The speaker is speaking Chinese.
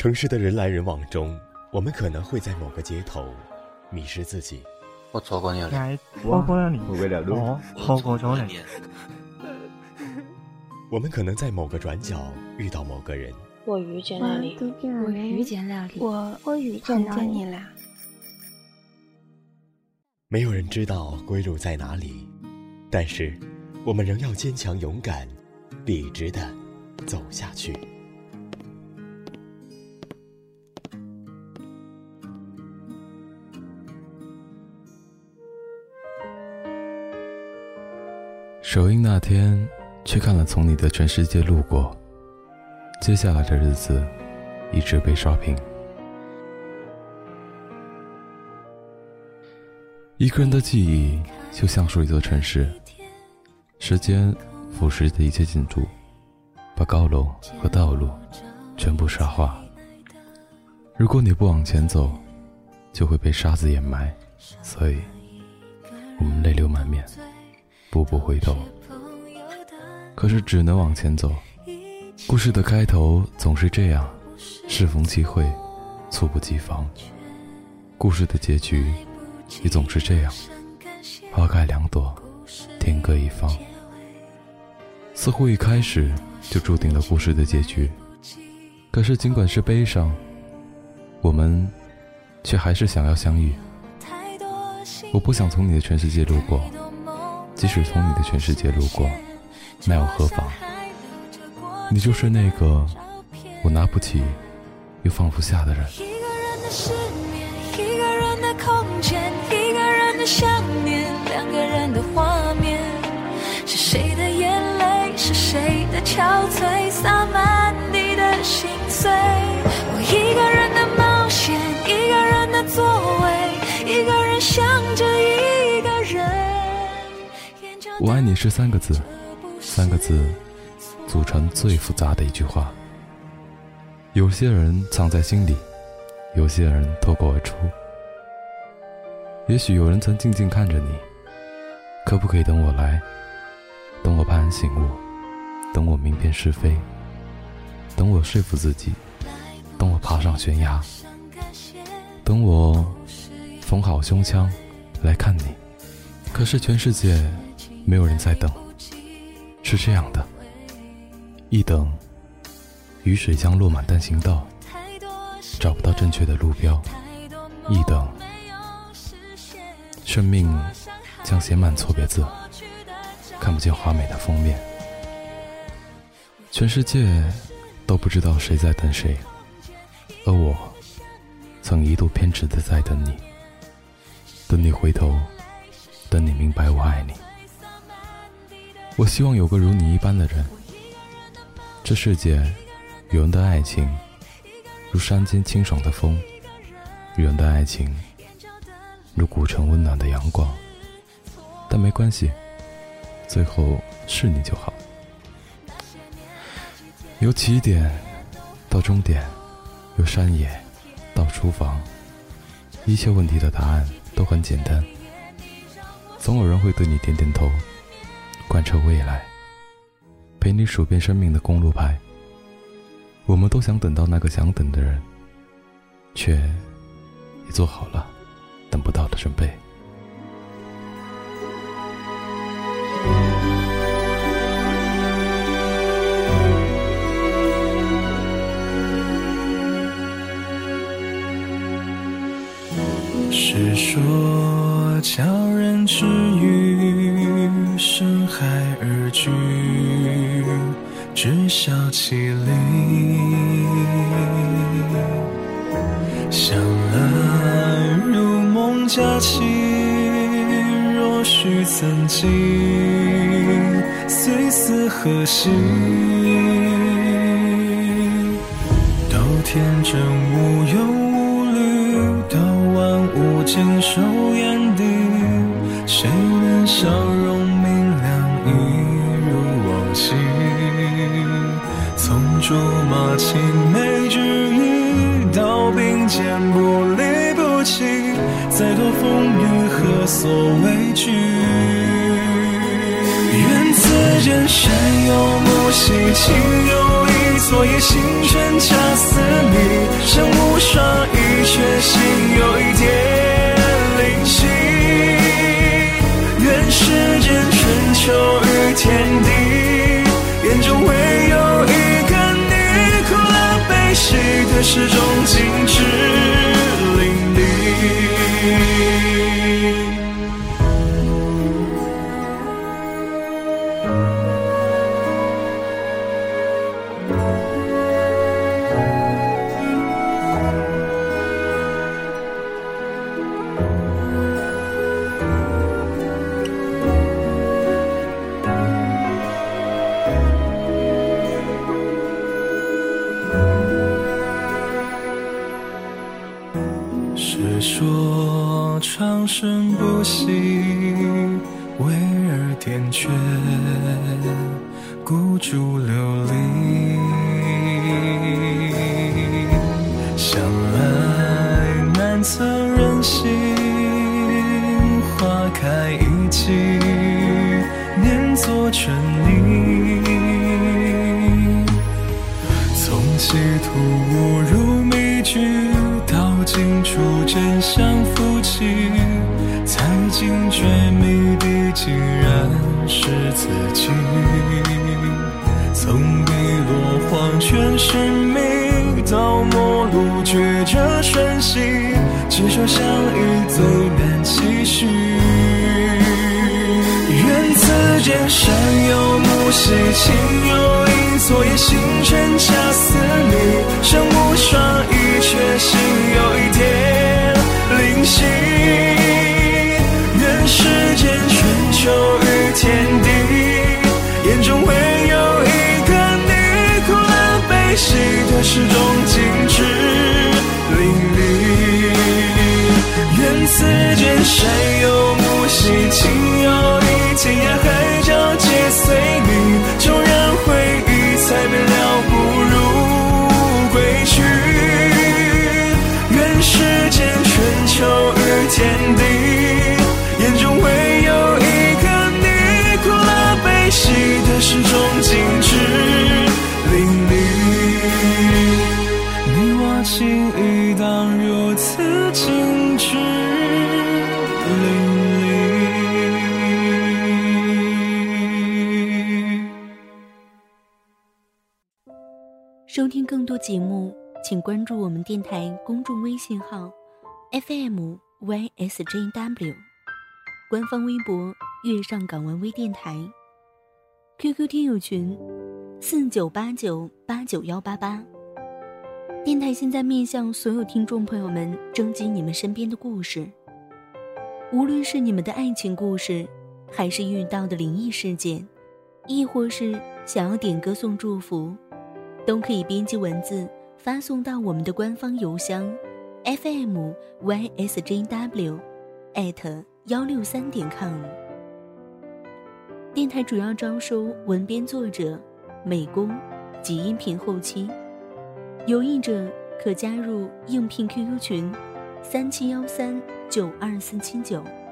城市的人来人往中，我们可能会在某个街头迷失自己。 我错过你了， 错过了你， 错过咗你。 我们可能在某个转角遇到某个人， 我遇见了你， 我遇见了你， 我遇见了你了。 没有人知道归路在哪里，但是我们仍要坚强勇敢，笔直地走下去。 首映那天去看了《从你的全世界路过》，接下来的日子一直被刷屏。一个人的记忆就像是一座城市，时间腐蚀的一切建筑，把高楼和道路全部沙化。如果你不往前走，就会被沙子掩埋，所以我们泪流满面，步步回头，可是只能往前走。故事的开头总是这样，适逢其会，猝不及防。故事的结局也总是这样，花开两朵，天各一方。似乎一开始就注定了故事的结局，可是尽管是悲伤，我们却还是想要相遇。我不想从你的全世界路过，即使从你的全世界路过，那又何妨？你就是那个我拿不起又放不下的人。 一个人的失眠，一个人的空间，一个人的想念，两个人的画面，是谁的眼泪，是谁的憔悴，洒满地的心碎。我一个人的冒险，一个人的座位，一个人想着一个人。 我爱你是三个字，三个字组成最复杂的一句话。有些人藏在心里，有些人脱口而出。也许有人曾静静看着你，可不可以等我来？等我幡然醒悟，等我明辨是非，等我说服自己，等我爬上悬崖，等我缝好胸腔来看你。可是全世界没有人在等，是这样的，一等雨水将落满单行道，找不到正确的路标；一等生命将写满错别字，看不见华美的封面。全世界都不知道谁在等谁，而我曾一度偏执地在等你，等你回头，等你明白我爱你。我希望有个如你一般的人。这世界有人的爱情如山间清爽的风，有人的爱情如古城温暖的阳光，但没关系，最后是你就好。由起点到终点，由山野到厨房，一切问题的答案都很简单。总有人会对你点点头，贯彻未来，陪你数遍生命的公路牌。我们都想等到那个想等的人，却也做好了等不到的准备。 是说叫人止于深海而居，知晓其理。想来如梦佳期，若须曾经，虽似何夕。都天真无忧无虑，到万物尽收眼底，谁能笑容明亮一如往昔？从竹马青梅之意，到并肩不离不弃，再多风雨何所畏惧？愿此人山有木兮，情有意，昨夜星辰恰似你。 身无双翼，却心有一点灵犀。愿世间春秋与天地，眼中唯有一个你，苦乐悲喜的始终精致淋漓。是说长生不息，为尔点缀，孤注流离。相爱难测人心，花开一季，念作春泥。从歧途误入迷局，到尽处真相浮起，才惊觉谜底竟然是自己。从碧落黄泉寻觅，到陌路抉择瞬息，执手相依最难期许。愿此间山有木兮情有意，昨夜星辰恰似你，身无双翼，却心有一点灵犀。愿世间春秋与天地，眼中唯有一个你，苦乐悲喜的始终精致淋漓。愿此间山有木兮情有意，天涯海角皆随你，纵然回忆才变了不如归去。愿世间春秋与天地，眼中唯有一个你，苦乐悲喜的始终精致淋漓。你我情谊当如此精致淋漓。 收听更多节目，请关注我们电台公众微信号 FMYSJW， 官方微博月上港湾微电台， QQ 听友群4989898188。电台现在面向所有听众朋友们征集你们身边的故事，无论是你们的爱情故事，还是遇到的灵异事件，亦或是想要点歌送祝福，都可以编辑文字发送到我们的官方邮箱 FMYSJW@163.com。 电台主要招收文编作者、美工及音频后期，有意者可加入应聘 QQ 群3713924779。